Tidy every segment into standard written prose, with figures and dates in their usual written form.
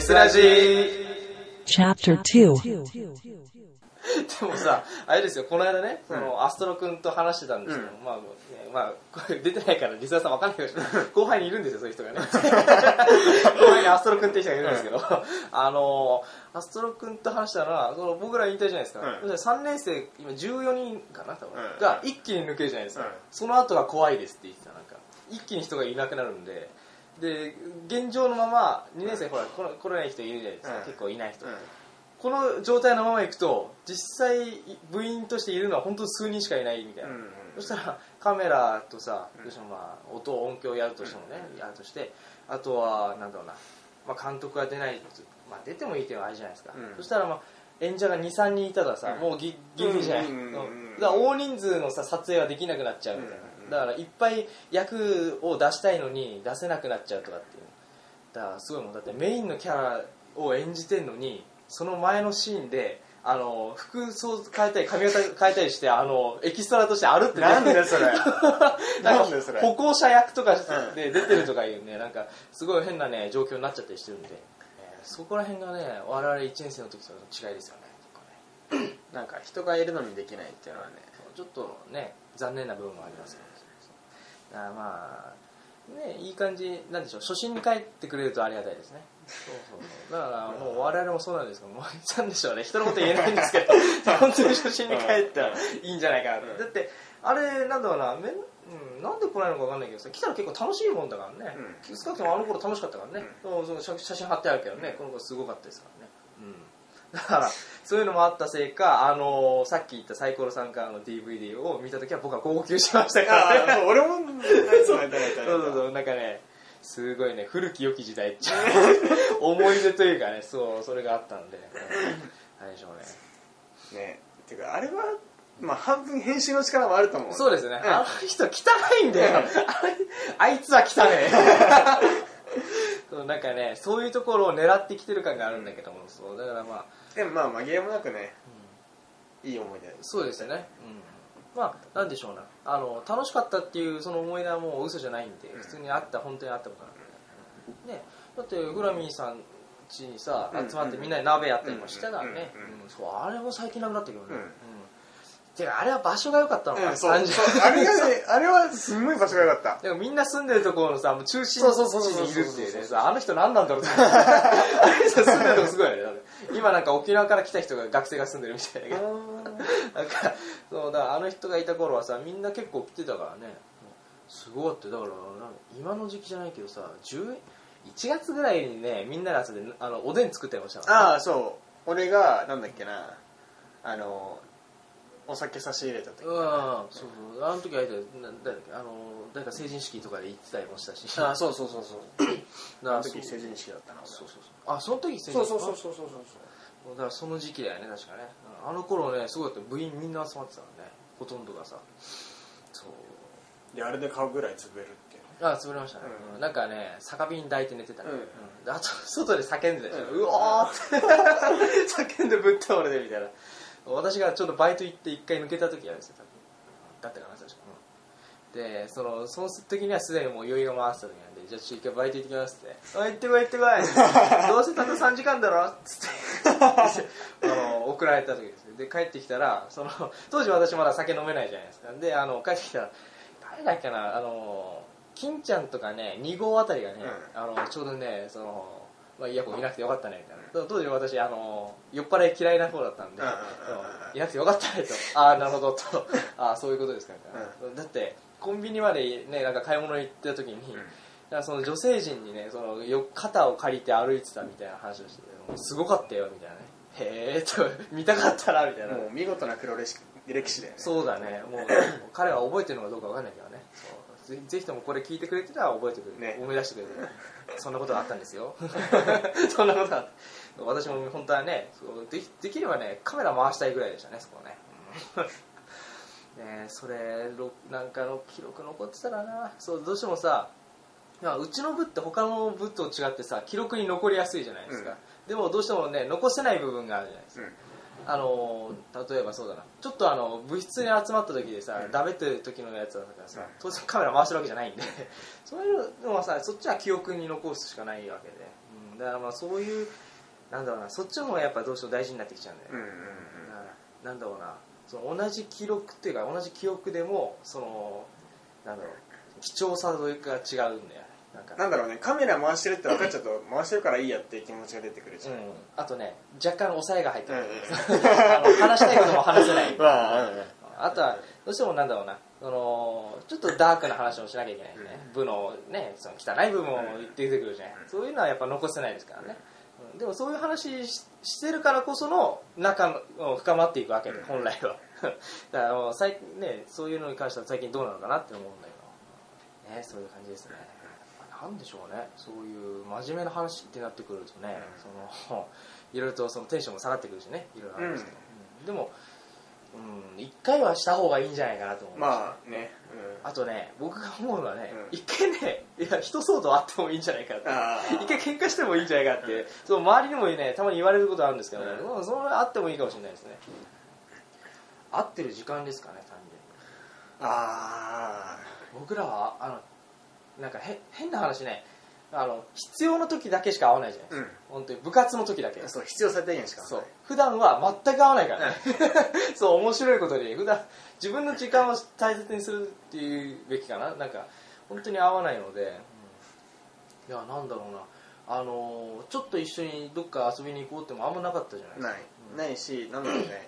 スラジー Chapter 2 でもさ、あれですよ、この間ね、そのアストロ君と話してたんですけど、まあ、これ出てないからリスナーさんわかんないかもしれない。後輩にいるんですよ、そういう人がね。後輩にアストロ君っていう人がいるんですけど、アストロ君と話したのは、その僕ら引退じゃないですか。3年生、今14人かな、多分、が一気に抜けるじゃないですか。その後が怖いですって言ってた、なんか。一気に人がいなくなるんで、で、現状のまま、2年生、ほら、来れない人いるじゃないですか、結構いない人って。この状態のままいくと実際部員としているのは本当に数人しかいないみたいな、そしたらカメラとさ、どうしてもまあ音響やるとしてもね、やるとしてあとはなんだろうな、まあ、監督が出ない、まあ、出てもいいっていうのはあれじゃないですか、そしたらまあ演者が 2,3 人いたらさ、もうギリギリじゃない、だから大人数のさ撮影はできなくなっちゃうみたいな、だからいっぱい役を出したいのに出せなくなっちゃうとかっていう、だからすごいもん、だってメインのキャラを演じてんのにその前のシーンで服装変えたり髪型変えたりしてエキストラとして歩ってなんでそれなんか歩行者役とかで出てるとかいうね、なんかすごい変なね状況になっちゃったりしてるんで、そこら辺がね我々1年生の時との違いですよね。 なんか人がいるのにできないっていうのはね、 ちょっとね残念な部分もありますけど、まあね、いい感じなんでしょう、初心に帰ってくれるとありがたいですね。そうだからもう我々もそうなんですけど、もうなんでしょうね、人のこと言えないんですけど本当に初心に帰ったらいいんじゃないかなって、だってあれなんだろうな、なんで来ないのか分かんないけどさ、来たら結構楽しいもんだからね、少なくともあの頃楽しかったからね、そう写真貼ってあるけどね、この頃すごかったですからね、だからそういうのもあったせいか、さっき言ったサイコロさんからの DVD を見たときは僕は号泣しましたからね。 俺もそうなんかね、すごいね、古き良き時代って思い出というかね、それがあったんで、あれでしょうね。 ね、てかあれはまあ半分編集の力もあると思う。 そうですね。あの人汚いんだよ。あいつは汚い。なんかね、そういうところを狙ってきてる感があるんだけども、そうだからまあ。 でもまあ紛れもなくね、いい思い出。 そうですよね。まあなんでしょうな、楽しかったっていうその思い出はもう嘘じゃないんで、普通にあった、本当にあったことなんでね。だってフラミーさん家にさ集まってみんなで鍋やったりもしてたからね。そう、あれも最近なくなったけどね。てかあれは場所が良かったのかな。 あれがね、あれはすごい場所が良かった。 でもみんな住んでるところのさ、もう中心地にいるっていうね、あの人何なんだろうって。あの人住んでるとこすごいよね。今なんか沖縄から来た人が学生が住んでるみたいだけど。なんかそうだからあの人がいた頃はさ、みんな結構来てたからね。すごいって、だから今の時期じゃないけどさ、1月ぐらいにね、みんなで遊んでおでん作ったりもしたの。 ああそう、俺がなんだっけな、お酒差し入れた時、 そうあの時は誰だっけ、誰か成人式とかで行ってたりもしたし。 あそうあの時成人式だったな。 あ、その時成人式。 そうだからその時期だよね、確かね。あの頃ね、すごいだった、部員みんな集まってたからね、ほとんどがさ。 であれで買うぐらい潰れるっていう。 潰れましたね。なんかね、酒瓶抱いて寝てたね。あと外で叫んでたでしょ。うおーって叫んでぶっ倒れてみたいな。私がちょっとバイト行って一回抜けた時あるんですよ、多分。だったかな、確か。で、その時にはすでにもう酔いが回ってた時なんで、じゃあ一回バイト行ってきますって。行ってこいどうせたった3時間だろっつって送られた時ですね。で帰ってきたら、当時私まだ酒飲めないじゃないですか。で帰ってきたら誰だっけな、金ちゃんとかね、2号あたりがね、ちょうどね、まあ、いや、いなくてよかったねみたいな。当時私酔っ払い嫌いな方だったんで、いなくてよかったねと。ああ、なるほどと。ああ、そういうことですかみたいな。だってコンビニまでね、なんか買い物行った時に、その女性陣にね、肩を借りて歩いてたみたいな話をして、すごかったよみたいなね。へえと、見たかったなみたいな。 もう見事な黒歴史だよね。 そうだね。もう彼は覚えてるのかどうかわかんないけどね。ぜひともこれ聞いてくれてたら覚えてくれる、思い出してくれる。そんなことがあったんですよ。そんなことがあった。私も本当はね、できればね、カメラ回したいぐらいでしたね、そこね。それなんかの記録残ってたらな。どうしてもさ、うちの部って他の部と違ってさ、記録に残りやすいじゃないですか。でもどうしてもね、残せない部分があるじゃないですか。例えばそうだな、ちょっと部室に集まった時でさ、ダメってる時のやつだからさ、当然カメラ回してるわけじゃないんでそういうのはさ、そっちは記憶に残すしかないわけで、 だからまあそういうなんだろうな、そっちの方がやっぱどうしても大事になってきちゃうんだよね、だからなんだろうな、その同じ記録っていうか同じ記憶でもそのなんだろう貴重さというか違うんだよ。 なんだろうね、カメラ回してるって分かっちゃうと回してるからいいやっていう気持ちが出てくるじゃん、 あとね若干抑えが入ってる、話したいことも話せないあとはどうしてもなんだろうな、そのちょっとダークな話もしなきゃいけないね、部のねその汚い部分も出てくるじゃない、そういうのはやっぱ残せないですからね、でもそういう話してるからこその仲を深まっていくわけで、本来はだから最近ね、そういうのに関しては最近どうなのかなって思うんだけどね、そういう感じですね。なんでしょうね、そういう真面目な話ってなってくるとね、そのいろいろとそのテンションも下がってくるしね、いろいろあるんですけど、でも一回はした方がいいんじゃないかなと思う。 まあね、 あとね、僕が思うのはね、一回ね、いや人騒動あってもいいんじゃないかって、一回喧嘩してもいいんじゃないかって、その周りにもねたまに言われることあるんですけどね、それあってもいいかもしれないですね。合ってる時間ですかね、単純に。僕らはなんか変な話ね、必要な時だけしか会わないじゃないですか、本当に部活の時だけ、 そう必要最低限しか会わない。 普段は全く会わないからねそう面白いことに普段自分の時間を大切にするっていうべきかな、なんか本当に会わないので、いやなんだろうな、ちょっと一緒にどっか遊びに行こうってもあんまなかったじゃないですか。 ないし、なんだろうね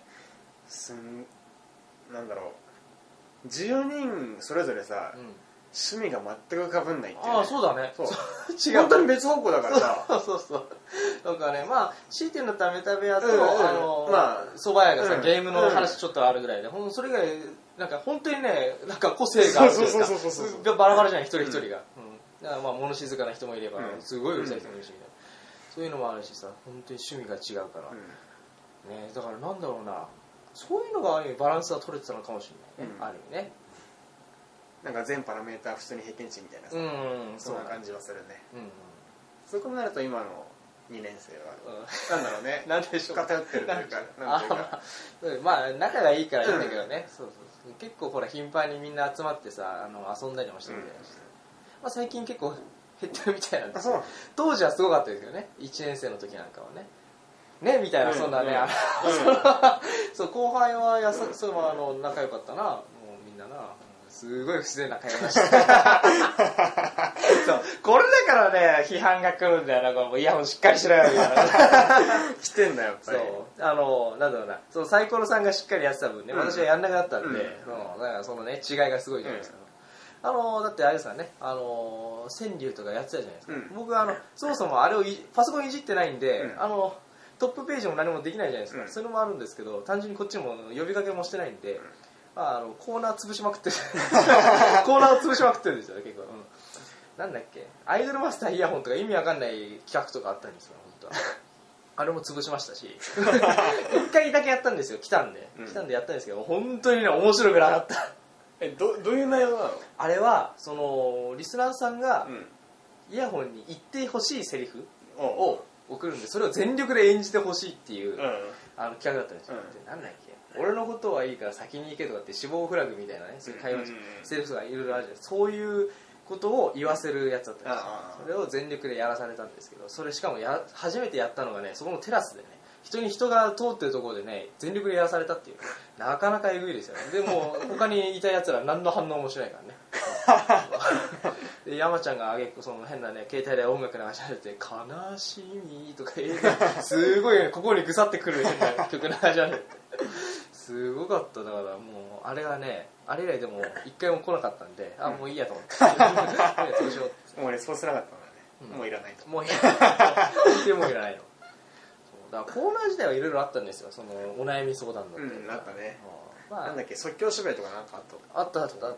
なんだろう、10人それぞれさ、趣味が全く被んないっていう、ね、 そうだね、 そう違う、 本当に別方向だからさそうなんかね、まあ強いて言うんだったらメタ部屋とまあ蕎麦屋がさ、ゲームの話ちょっとあるぐらいで、それ以外なんか本当にね、なんか個性があるというかバラバラじゃない、一人一人が、だからまあ物静かな人もいれば、すごいうるさい人もいるし、そういうのもあるしさ、本当に趣味が違うから、ね、だからなんだろうな、そういうのがある意味バランスは取れてたのかもしれないね、ある意味ね。 なんか全パラメーター普通に平均値みたいなさ、そんな感じはするね。そういうことになると今の2年生は、なんだろうね、 なんでしょう、 偏ってるというか、 まあ仲がいいからいいんだけどね、そう結構ほら頻繁にみんな集まってさ遊んだりもしてるみたいな、まあ、最近結構減ってるみたいなんですよ。当時はすごかったですよね、1年生の時なんかはねみたいな、そんなね、そう後輩はその仲良かったな、もうみんなな、すごい不自然な会話してそうこれだからね批判が来るんだよな、こうイヤホンしっかりしろよみたいな来てんだよやっぱり。 そうなんだろうな、そのサイコロさんがしっかりやってた分ね、私はやんなくなったんで、だからそのね違いがすごいじゃないですか、だってあれですからね、川柳とかやってたじゃないですか、僕そもそもあれをパソコンいじってないんで、トップページも何もできないじゃないですか、それもあるんですけど、単純にこっちも呼びかけもしてないんで、コーナー潰しまくってるコーナーを潰しまくってるんですよね、結構、なんだっけ、アイドルマスターイヤホンとか意味わかんない企画とかあったんですよ、本当はあれも潰しましたし一回だけやったんですよ、来たんでやったんですけど、本当にね面白くなかったどういう内容なの？ あれはそのリスナーさんがイヤホンに言ってほしいセリフを送るんで、それを全力で演じてほしいっていう、企画だったんですよ、でなんだっけ、俺のことはいいから先に行けとかって死亡フラグみたいなね、そういう会話、セリフがいろいろあるじゃないですか、そういうことを言わせるやつだったんですよ。それを全力でやらされたんですけど、それしかも初めてやったのがね、そこのテラスでね、人が通ってるところでね全力でやらされたっていう、なかなかえぐいですよね。でも他にいたやつら何の反応もしないからねで山ちゃんがあげくその変なね携帯で音楽流し始めて悲しみとかすごい、ね、ここにぐさってくる変な曲流し始めてすごかった。だからもうあれがね、あれ以来でも一回も来なかったんで、もういいやと思ってそうしようもうレスポンスなかったので、もういらないと、 もういらないでもういらないのだからコーナー自体はいろいろあったんですよ、そのお悩み相談だったりとか、 あったね、なんだっけ、即興芝居とかなんかあったそう、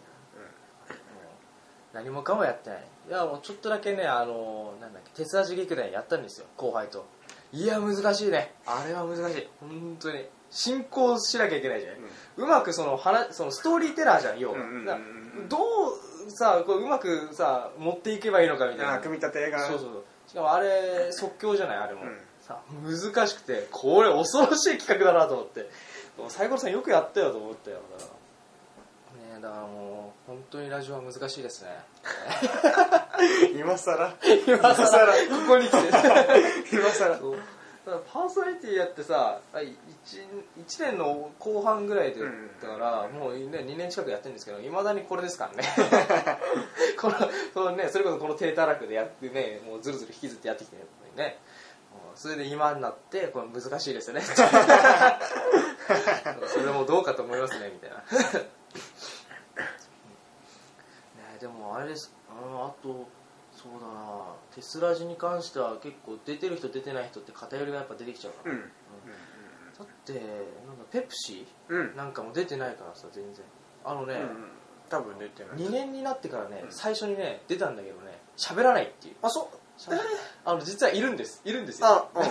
何もかもやってない。いやもうちょっとだけねなんだっけ、鉄味劇団やったんですよ、後輩と。いや難しいね、あれは難しい、本当に進行しなきゃいけないじゃない、うまくそのストーリーテラーじゃん、要は、どうさこううまくさ持っていけばいいのかみたいな、 組み立てが、 そうしかもあれ即興じゃない、あれも、難しくて、これ恐ろしい企画だなと思って、サイコロさんよくやったよと思ったよ。だからもう本当にラジオは難しいですね今更今更ここに来て今更そうだからパーソナリティやってさ 1年の後半ぐらいでだから、もう、ね、2年近くやってるんですけどいまだにこれですからねこのねそれこそこの低たらくでやってねもうずるずる引きずってやってきてるのにねそれで今になってこれ難しいですよねそれもどうかと思いますねみたいなねでもあれですあとそうだなテスラジに関しては結構出てる人出てない人って偏りがやっぱ出てきちゃうから、だってなんだペプシー、なんかも出てないからさ全然多分出てない 2年になってからね、最初にね出たんだけどね喋らないっていう実はいるんですよいるんです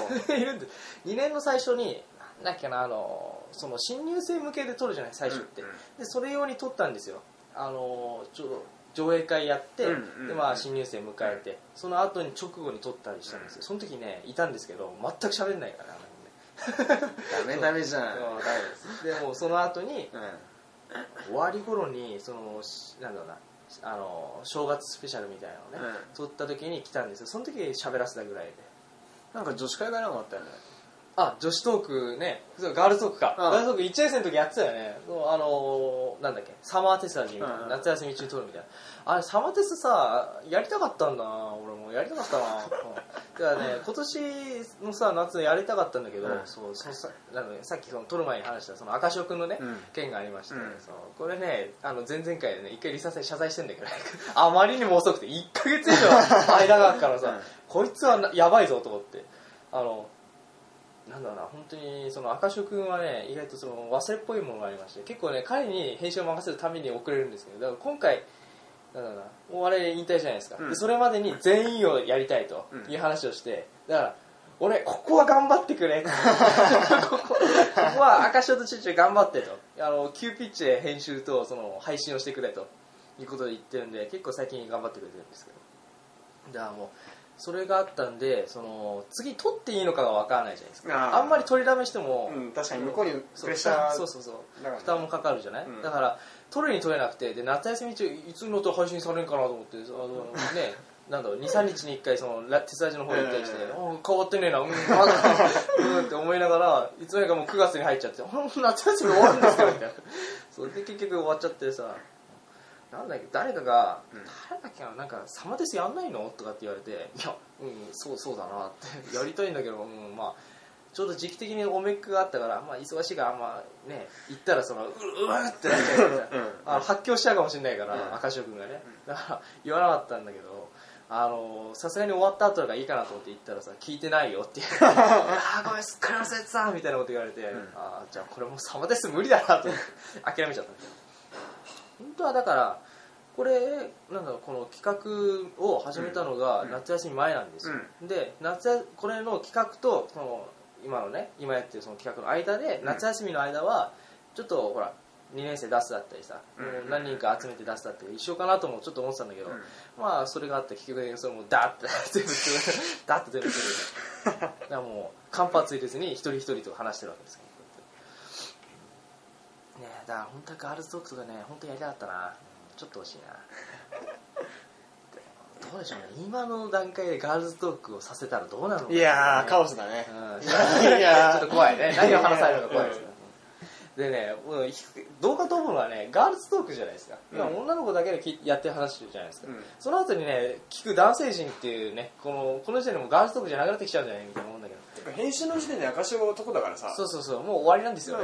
2年の最初になんだっけなその新入生向けで撮るじゃない最初って、でそれ用に撮ったんですよちょっと上映会やって、でまあ新入生迎えてその後に直後に撮ったりしたんですよ。その時ねいたんですけど全く喋んないからダメじゃん。 ダメです。でもその後に、終わり頃にそのなんだろうな正月スペシャルみたいなのをね、撮った時に来たんですよ。その時喋らせたぐらいで。 なんか女子会がなかったよね。 女子トークね、ガールズトークか、ガールズトーク1年生の時やってたよね。なんだっけサマーテスラジみたいな、夏休み中に撮るみたいな。あれサマーテスさやりたかったんだな。俺もやりたかったな。だからね今年のさ夏やりたかったんだけど、なんかね、さっきその撮る前に話したその赤潮くんのね、件がありまして、これね前々回でね一回リサさんに謝罪してんだけどあまりにも遅くて1ヶ月以上間があるからさ、こいつはやばいぞと思って。なんだろうな本当にその赤潮くんはね意外とその忘れっぽいものがありまして結構ね彼に編集を任せるために遅れるんですけどだから今回なんだろうなもうあれ引退じゃないですか、でそれまでに全員をやりたいという話をしてだから俺ここは頑張ってくれここは赤潮とチューチュー頑張ってと急ピッチで編集とその配信をしてくれということで言ってるんで結構最近頑張ってくれてるんですけどだからもうそれがあったんでその次撮っていいのかが分からないじゃないですか。あんまり取りだめしても、 確かに向こうにプレッシャー負担もかかるじゃない、だから撮るに撮れなくてで夏休み中いつになったら配信されるかなと思ってねなんだろう 2,3 日に1回そのテスラジの方に行ったりして変わってねえなって思いながらいつの間にかもう9月に入っちゃって夏休み終わるんですかみたいなそれで結局終わっちゃってさなんだっけ誰だっけななんかサマテスやんないのとかって言われていやそうだなってやりたいんだけど、まあちょうど時期的にオメックがあったからまあ忙しいからまあね行ったらそのうわってなっちゃうから発狂しちゃうかもしれないから、赤潮くんがねだから言わなかったんだけどさすがに終わった後がいいかなと思って行ったらさ聞いてないよってごめんすっかり忘れてたみたいなこと言われて、じゃあこれもうサマテス無理だなと思って諦めちゃったんだけど本当はだからこれなんだろうこの企画を始めたのが夏休み前なんですよ、でこれの企画とその今やってるその企画の間で、夏休みの間はちょっとほら2年生出すだったりさ、何人か集めて出すだったり一緒かなともちょっと思ってたんだけど、まあそれがあって結局それもダッて全部だからもう間髪入れずに一人一人と話してるわけですよね。だから本当はガールズトークとかね本当やりたかったな。ちょっと惜しいなどうでしょうね今の段階でガールズトークをさせたらどうなるのか、 いやーカオスだね、 いやちょっと怖いね何を話されるのか怖いですね、でねどうかと思うのはねガールズトークじゃないですか、今女の子だけでやってる話じゃないですか、その後にね聞く男性陣っていうねこの時点でもガールズトークじゃなくなってきちゃうんじゃないみたいな思うんだけど編集の時点で赤潮男だからさそうもう終わりなんですよね、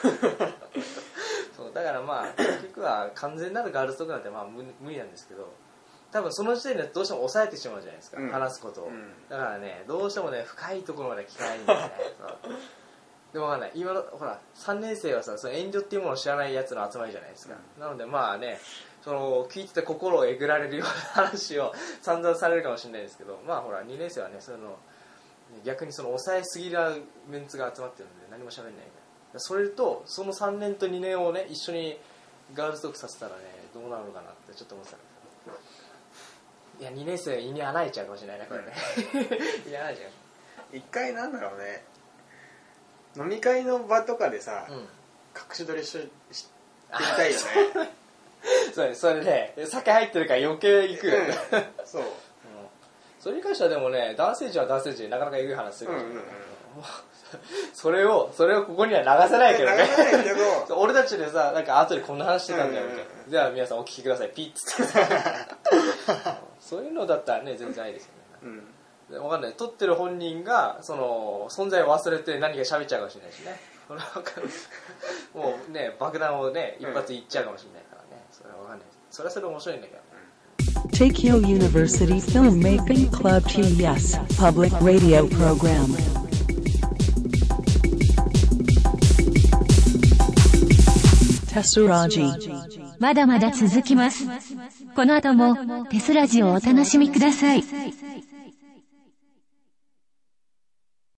そうだからまあ結局は完全なるガールズトークなんてまあ無理なんですけど多分その時点でどうしても抑えてしまうじゃないですか、話すことを、だからねどうしてもね深いところまで聞かないんですねでもわかんない今のほら3年生はさその遠慮っていうものを知らないやつの集まりじゃないですか、なのでまあねその聞いてて心をえぐられるような話を散々されるかもしれないですけどまあほら2年生はねその逆にその抑えすぎなメンツが集まってるので何も喋んないからそれとその3年と2年をね一緒にガールズトークさせたらねどうなるのかなってちょっと思ってたんですけどいや2年生胃に穴開いちゃうかもしれないねこれね胃に穴開いちゃう一回なんだろうね飲み会の場とかでさ、隠し撮りしてみたいよねそれね、酒入ってるから余計行くよ、 そう、 それに関してはでもね、男性陣は男性陣でなかなかエグい話する、それをここには流せないけどね。 流せないけど俺たちでさ、なんか後でこんな話してたんだよみたいな。じゃあ皆さんお聞きください、ピッつって。そういうのだったらね、全然いいですよね。わかんない。撮ってる本人が、その、存在を忘れて何か喋っちゃうかもしれないしね。それはわかんない。もうね、爆弾をね、一発いっちゃうかもしれないからね。それはわかんない。それはそれ面白いんだけどね。 Tokyo University Filmmaking Club TES Public Radio Program. Tesuraji まだまだ続きます。この後もテスラジをお楽しみください。